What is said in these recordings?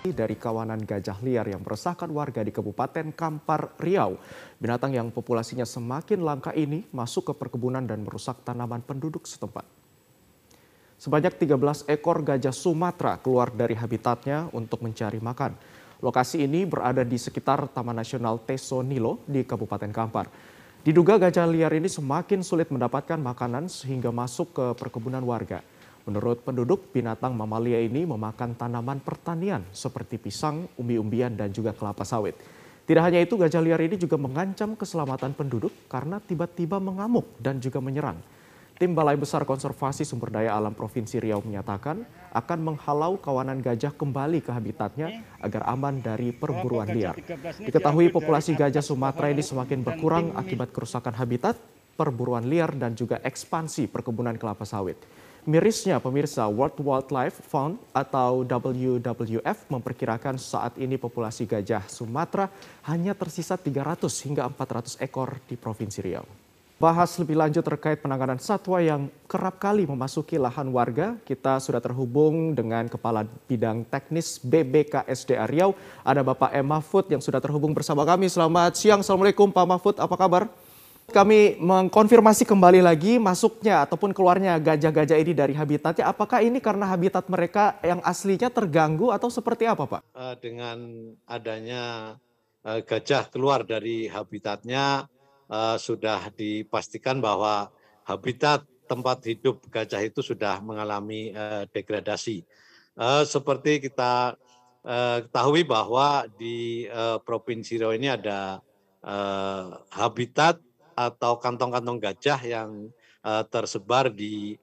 Dari kawanan gajah liar yang meresahkan warga di Kabupaten Kampar, Riau. Binatang yang populasinya semakin langka ini masuk ke perkebunan dan merusak tanaman penduduk setempat. Sebanyak 13 ekor gajah Sumatera keluar dari habitatnya untuk mencari makan. Lokasi ini berada di sekitar Taman Nasional Teso Nilo di Kabupaten Kampar. Diduga gajah liar ini semakin sulit mendapatkan makanan sehingga masuk ke perkebunan warga. Menurut penduduk, binatang mamalia ini memakan tanaman pertanian seperti pisang, umbi-umbian, dan juga kelapa sawit. Tidak hanya itu, gajah liar ini juga mengancam keselamatan penduduk karena tiba-tiba mengamuk dan juga menyerang. Tim Balai Besar Konservasi Sumber Daya Alam Provinsi Riau menyatakan akan menghalau kawanan gajah kembali ke habitatnya agar aman dari perburuan liar. Diketahui populasi gajah Sumatera ini semakin berkurang akibat kerusakan habitat, perburuan liar, dan juga ekspansi perkebunan kelapa sawit. Mirisnya, pemirsa, World Wildlife Fund atau WWF memperkirakan saat ini populasi gajah Sumatera hanya tersisa 300 hingga 400 ekor di Provinsi Riau. Bahas lebih lanjut terkait penanganan satwa yang kerap kali memasuki lahan warga, kita sudah terhubung dengan Kepala Bidang Teknis BBKSDA Riau, ada Bapak M. Mahfud yang sudah terhubung bersama kami. Selamat siang, Assalamualaikum Pak Mahfud, apa kabar? Kami mengkonfirmasi kembali lagi masuknya ataupun keluarnya gajah-gajah ini dari habitatnya. Apakah ini karena habitat mereka yang aslinya terganggu atau seperti apa, Pak? Dengan adanya gajah keluar dari habitatnya, sudah dipastikan bahwa habitat tempat hidup gajah itu sudah mengalami degradasi. Seperti kita ketahui bahwa di Provinsi Riau ini ada habitat atau kantong-kantong gajah yang tersebar di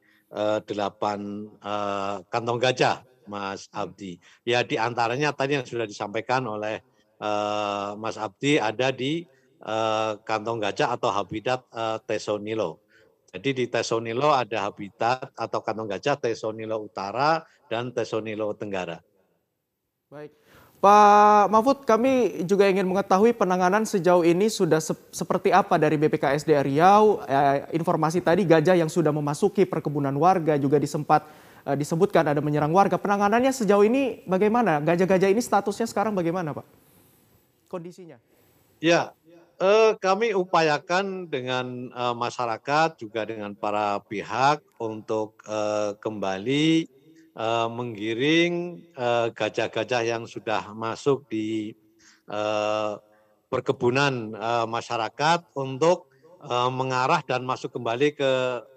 8 kantong gajah, Mas Abdi. Ya, di antaranya tadi yang sudah disampaikan oleh Mas Abdi ada di kantong gajah atau habitat Teso Nilo. Jadi di Teso Nilo ada habitat atau kantong gajah Teso Nilo Utara dan Teso Nilo Tenggara. Baik. Pak Mahfud, kami juga ingin mengetahui penanganan sejauh ini sudah seperti apa dari BPKSDA Riau. Informasi tadi gajah yang sudah memasuki perkebunan warga juga disebutkan ada menyerang warga. Penanganannya sejauh ini bagaimana? Gajah-gajah ini statusnya sekarang bagaimana, Pak? Kondisinya? Ya, kami upayakan dengan masyarakat juga dengan para pihak untuk kembali menggiring gajah-gajah yang sudah masuk di eh, perkebunan masyarakat untuk mengarah dan masuk kembali ke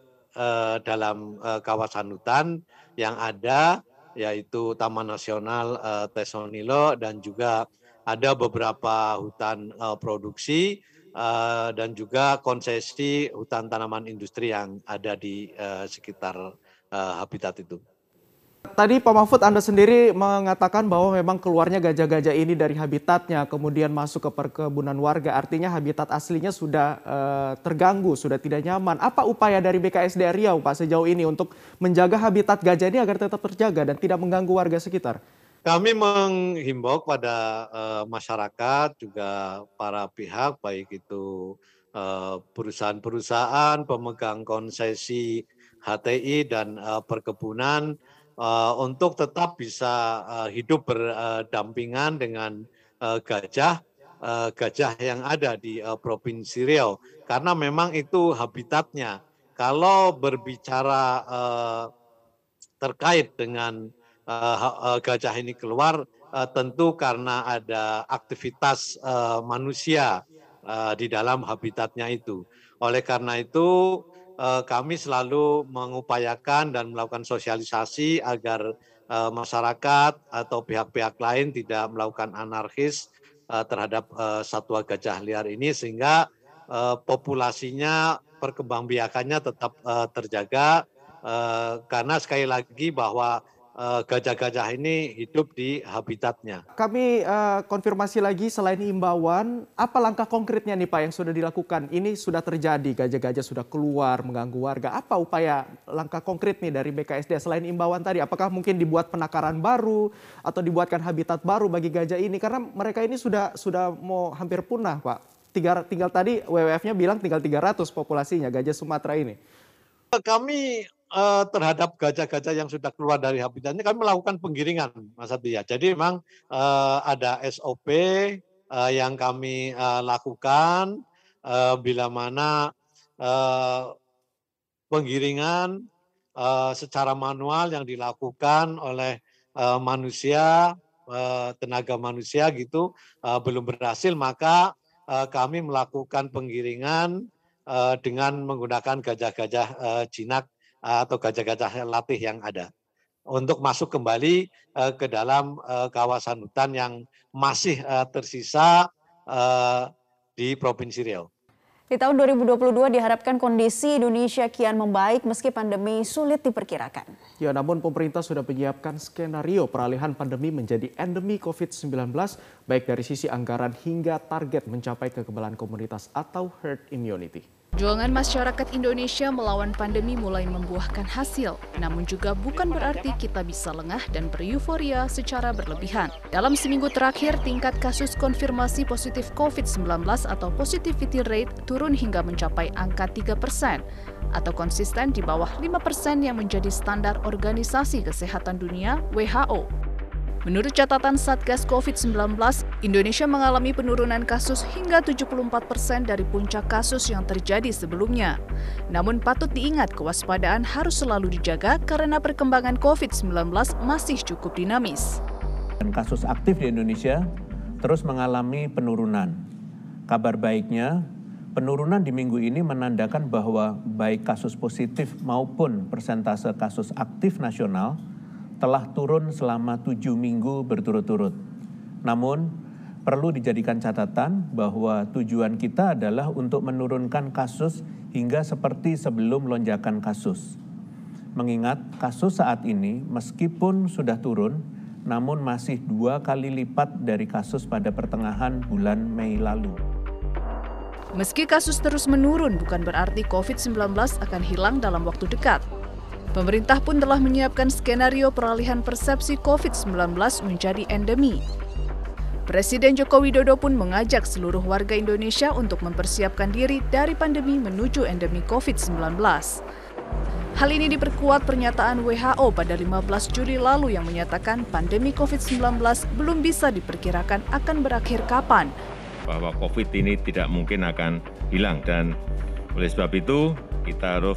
dalam kawasan hutan yang ada, yaitu Taman Nasional Teso Nilo dan juga ada beberapa hutan produksi dan juga konsesi hutan tanaman industri yang ada di sekitar habitat itu. Tadi Pak Mahfud, Anda sendiri mengatakan bahwa memang keluarnya gajah-gajah ini dari habitatnya, kemudian masuk ke perkebunan warga, artinya habitat aslinya sudah terganggu, sudah tidak nyaman. Apa upaya dari BKSDA Riau, Pak, sejauh ini untuk menjaga habitat gajah ini agar tetap terjaga dan tidak mengganggu warga sekitar? Kami menghimbau kepada masyarakat juga para pihak baik itu perusahaan-perusahaan, pemegang konsesi HTI dan perkebunan untuk tetap bisa hidup berdampingan dengan gajah yang ada di Provinsi Riau karena memang itu habitatnya. Kalau berbicara terkait dengan gajah ini keluar tentu karena ada aktivitas manusia di dalam habitatnya itu. Oleh karena itu kami selalu mengupayakan dan melakukan sosialisasi agar masyarakat atau pihak-pihak lain tidak melakukan anarkis terhadap satwa gajah liar ini sehingga populasinya perkembangbiakannya tetap terjaga karena sekali lagi bahwa gajah-gajah ini hidup di habitatnya. Kami konfirmasi lagi, selain imbauan, apa langkah konkretnya nih Pak yang sudah dilakukan? Ini sudah terjadi, gajah-gajah sudah keluar mengganggu warga. Apa upaya langkah konkret nih dari BKSDA selain imbauan tadi? Apakah mungkin dibuat penakaran baru atau dibuatkan habitat baru bagi gajah ini? Karena mereka ini sudah mau hampir punah, Pak. Tinggal tadi WWF-nya bilang tinggal 300 populasinya gajah Sumatera ini. Kami terhadap gajah-gajah yang sudah keluar dari habitatnya kami melakukan penggiringan, Mas Satria. Jadi memang ada SOP yang kami lakukan bila mana penggiringan secara manual yang dilakukan oleh manusia, tenaga manusia gitu belum berhasil, maka kami melakukan penggiringan dengan menggunakan gajah-gajah jinak atau gajah-gajah latih yang ada untuk masuk kembali ke dalam kawasan hutan yang masih tersisa di Provinsi Riau. Di tahun 2022 diharapkan kondisi Indonesia kian membaik meski pandemi sulit diperkirakan. Ya, namun pemerintah sudah menyiapkan skenario peralihan pandemi menjadi endemi COVID-19 baik dari sisi anggaran hingga target mencapai kekebalan komunitas atau herd immunity. Perjuangan masyarakat Indonesia melawan pandemi mulai membuahkan hasil, namun juga bukan berarti kita bisa lengah dan bereuforia secara berlebihan. Dalam seminggu terakhir, tingkat kasus konfirmasi positif COVID-19 atau positivity rate turun hingga mencapai angka 3%, atau konsisten di bawah 5% yang menjadi standar Organisasi Kesehatan Dunia (WHO). Menurut catatan Satgas COVID-19, Indonesia mengalami penurunan kasus hingga 74% dari puncak kasus yang terjadi sebelumnya. Namun patut diingat kewaspadaan harus selalu dijaga karena perkembangan COVID-19 masih cukup dinamis. Kasus aktif di Indonesia terus mengalami penurunan. Kabar baiknya, penurunan di minggu ini menandakan bahwa baik kasus positif maupun persentase kasus aktif nasional telah turun selama 7 minggu berturut-turut. Namun, perlu dijadikan catatan bahwa tujuan kita adalah untuk menurunkan kasus hingga seperti sebelum lonjakan kasus. Mengingat kasus saat ini meskipun sudah turun, namun masih 2 kali lipat dari kasus pada pertengahan bulan Mei lalu. Meski kasus terus menurun, bukan berarti COVID-19 akan hilang dalam waktu dekat. Pemerintah pun telah menyiapkan skenario peralihan persepsi COVID-19 menjadi endemi. Presiden Joko Widodo pun mengajak seluruh warga Indonesia untuk mempersiapkan diri dari pandemi menuju endemi COVID-19. Hal ini diperkuat pernyataan WHO pada 15 Juli lalu yang menyatakan pandemi COVID-19 belum bisa diperkirakan akan berakhir kapan. Bahwa COVID ini tidak mungkin akan hilang dan oleh sebab itu kita harus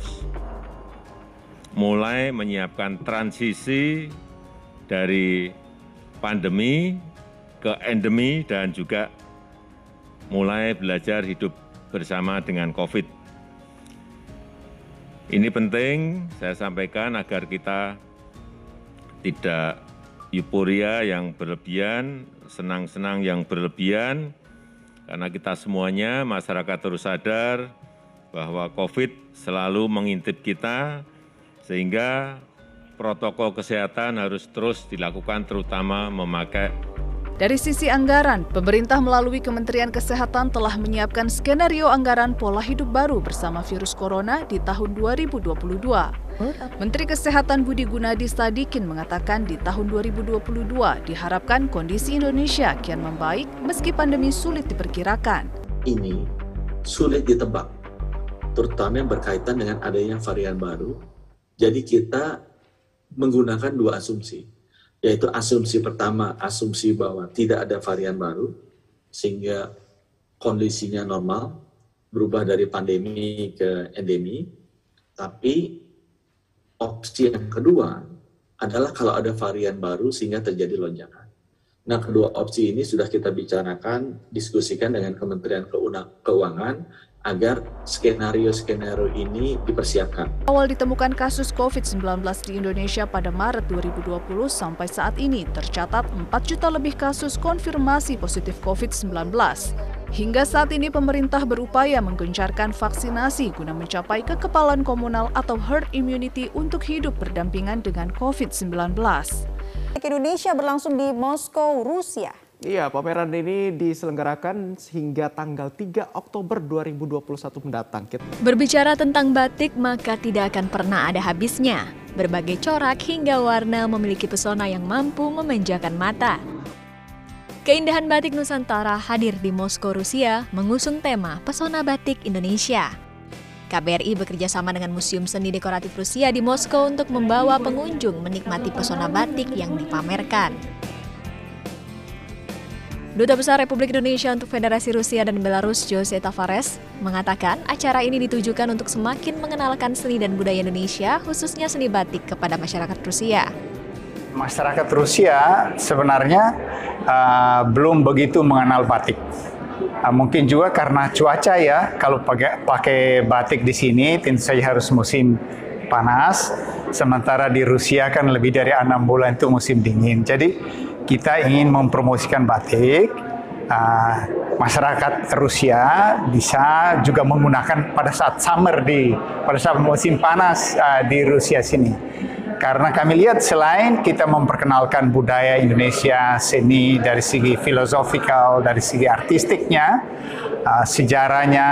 mulai menyiapkan transisi dari pandemi ke endemi dan juga mulai belajar hidup bersama dengan COVID. Ini penting saya sampaikan agar kita tidak euforia yang berlebihan, senang-senang yang berlebihan, karena kita semuanya masyarakat harus sadar bahwa COVID selalu mengintip kita, sehingga protokol kesehatan harus terus dilakukan terutama memakai. Dari sisi anggaran, pemerintah melalui Kementerian Kesehatan telah menyiapkan skenario anggaran pola hidup baru bersama virus corona di tahun 2022. Menteri Kesehatan Budi Gunadi Sadikin mengatakan di tahun 2022 diharapkan kondisi Indonesia kian membaik meski pandemi sulit diperkirakan. Ini sulit ditebak, terutama yang berkaitan dengan adanya varian baru. Jadi kita menggunakan 2 asumsi, yaitu asumsi pertama, asumsi bahwa tidak ada varian baru, sehingga kondisinya normal, berubah dari pandemi ke endemi. Tapi opsi yang kedua adalah kalau ada varian baru sehingga terjadi lonjakan. Nah, kedua opsi ini sudah kita bicarakan, diskusikan dengan Kementerian Keuangan, agar skenario-skenario ini dipersiapkan. Awal ditemukan kasus COVID-19 di Indonesia pada Maret 2020 sampai saat ini tercatat 4 juta lebih kasus konfirmasi positif COVID-19. Hingga saat ini pemerintah berupaya menggencarkan vaksinasi guna mencapai kekebalan komunal atau herd immunity untuk hidup berdampingan dengan COVID-19. Indonesia berlangsung di Moskow, Rusia. Iya, pameran ini diselenggarakan hingga tanggal 3 Oktober 2021 mendatang. Berbicara tentang batik, maka tidak akan pernah ada habisnya. Berbagai corak hingga warna memiliki pesona yang mampu memanjakan mata. Keindahan batik Nusantara hadir di Moskow, Rusia, mengusung tema Pesona Batik Indonesia. KBRI bekerja sama dengan Museum Seni Dekoratif Rusia di Moskow untuk membawa pengunjung menikmati pesona batik yang dipamerkan. Duta Besar Republik Indonesia untuk Federasi Rusia dan Belarus, Jose Tavares, mengatakan acara ini ditujukan untuk semakin mengenalkan seni dan budaya Indonesia, khususnya seni batik, kepada masyarakat Rusia. Masyarakat Rusia sebenarnya belum begitu mengenal batik. Mungkin juga karena cuaca ya, kalau pakai batik di sini tentu saja harus musim panas, sementara di Rusia kan lebih dari 6 bulan itu musim dingin. Jadi kita ingin mempromosikan batik, masyarakat Rusia bisa juga menggunakan pada saat summer pada saat musim panas di Rusia sini. Karena kami lihat selain kita memperkenalkan budaya Indonesia, seni dari segi filosofikal, dari segi artistiknya, sejarahnya,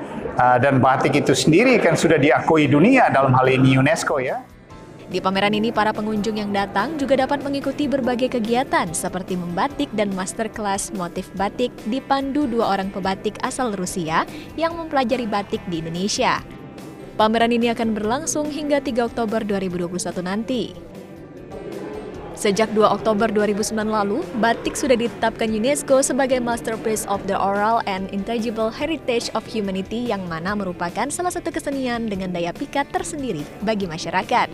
dan batik itu sendiri kan sudah diakui dunia dalam hal ini UNESCO ya. Di pameran ini, para pengunjung yang datang juga dapat mengikuti berbagai kegiatan seperti membatik dan masterclass motif batik dipandu 2 orang pebatik asal Rusia yang mempelajari batik di Indonesia. Pameran ini akan berlangsung hingga 3 Oktober 2021 nanti. Sejak 2 Oktober 2009 lalu, batik sudah ditetapkan UNESCO sebagai Masterpiece of the Oral and Intangible Heritage of Humanity, yang mana merupakan salah satu kesenian dengan daya pikat tersendiri bagi masyarakat.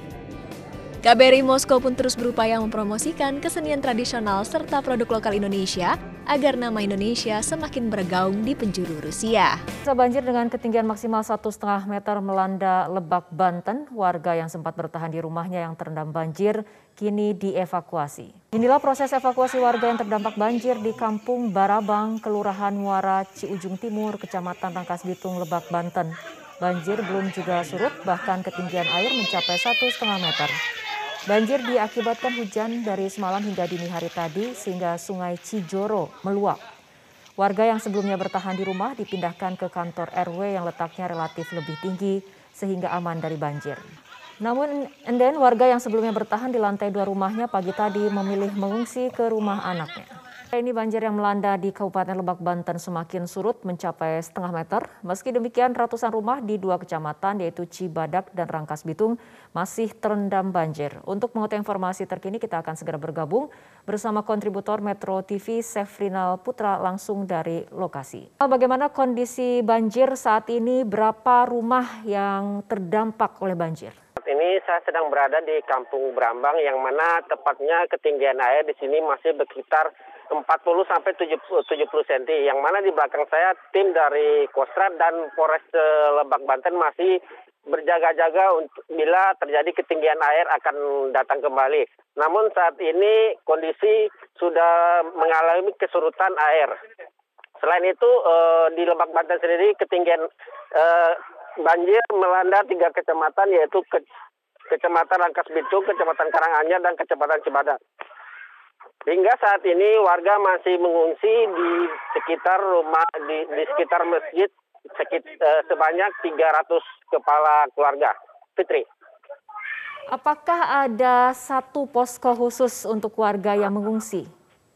KBRI Moskow pun terus berupaya mempromosikan kesenian tradisional serta produk lokal Indonesia agar nama Indonesia semakin bergaung di penjuru Rusia. Banjir dengan ketinggian maksimal 1,5 meter melanda Lebak, Banten. Warga yang sempat bertahan di rumahnya yang terendam banjir kini dievakuasi. Inilah proses evakuasi warga yang terdampak banjir di Kampung Barabang, Kelurahan Muara Ciujung Timur, Kecamatan Rangkas Bitung, Lebak, Banten. Banjir belum juga surut, bahkan ketinggian air mencapai 1,5 meter. Banjir diakibatkan hujan dari semalam hingga dini hari tadi sehingga Sungai Cijoro meluap. Warga yang sebelumnya bertahan di rumah dipindahkan ke kantor RW yang letaknya relatif lebih tinggi sehingga aman dari banjir. Namun warga yang sebelumnya bertahan di lantai 2 rumahnya pagi tadi memilih mengungsi ke rumah anaknya. Ini banjir yang melanda di Kabupaten Lebak, Banten semakin surut mencapai 0,5 meter. Meski demikian, ratusan rumah di 2 kecamatan yaitu Cibadak dan Rangkas Bitung masih terendam banjir. Untuk mengetahui informasi terkini, kita akan segera bergabung bersama kontributor Metro TV Sefrinal Putra langsung dari lokasi. Bagaimana kondisi banjir saat ini? Berapa rumah yang terdampak oleh banjir? Ini saya sedang berada di Kampung Brambang yang mana tepatnya ketinggian air di sini masih berkitar 40 sampai 70 cm. Yang mana di belakang saya tim dari Kostrad dan Polres Lebak Banten masih berjaga-jaga untuk bila terjadi ketinggian air akan datang kembali. Namun saat ini kondisi sudah mengalami kesurutan air. Selain itu di Lebak Banten sendiri ketinggian banjir melanda 3 kecamatan yaitu Kecamatan Rangkas Bitung, Kecamatan Karanganyar, dan Kecamatan Cibadak. Hingga saat ini warga masih mengungsi di sekitar rumah di sekitar masjid sebanyak 300 kepala keluarga. Fitri. Apakah ada satu posko khusus untuk warga yang mengungsi?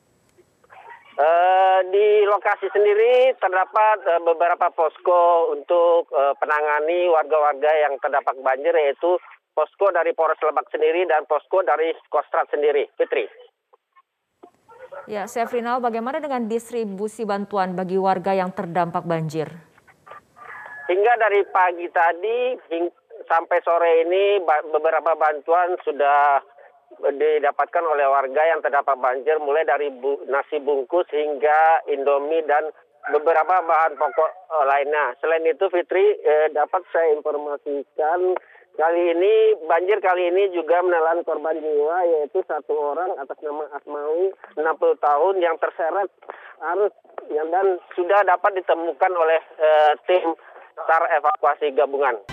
Di lokasi sendiri terdapat beberapa posko untuk penangani warga-warga yang terdampak banjir, yaitu posko dari Polres Lebak sendiri dan posko dari Kostrad sendiri. Fitri. Ya, Sefrinal, bagaimana dengan distribusi bantuan bagi warga yang terdampak banjir? Hingga dari pagi tadi sampai sore ini beberapa bantuan sudah didapatkan oleh warga yang terdampak banjir, mulai dari nasi bungkus hingga Indomie dan beberapa bahan pokok lainnya. Selain itu, Fitri, dapat saya informasikan banjir kali ini juga menelan korban jiwa, yaitu 1 orang atas nama Asmawi 60 tahun yang terseret arus dan sudah dapat ditemukan oleh tim SAR evakuasi gabungan.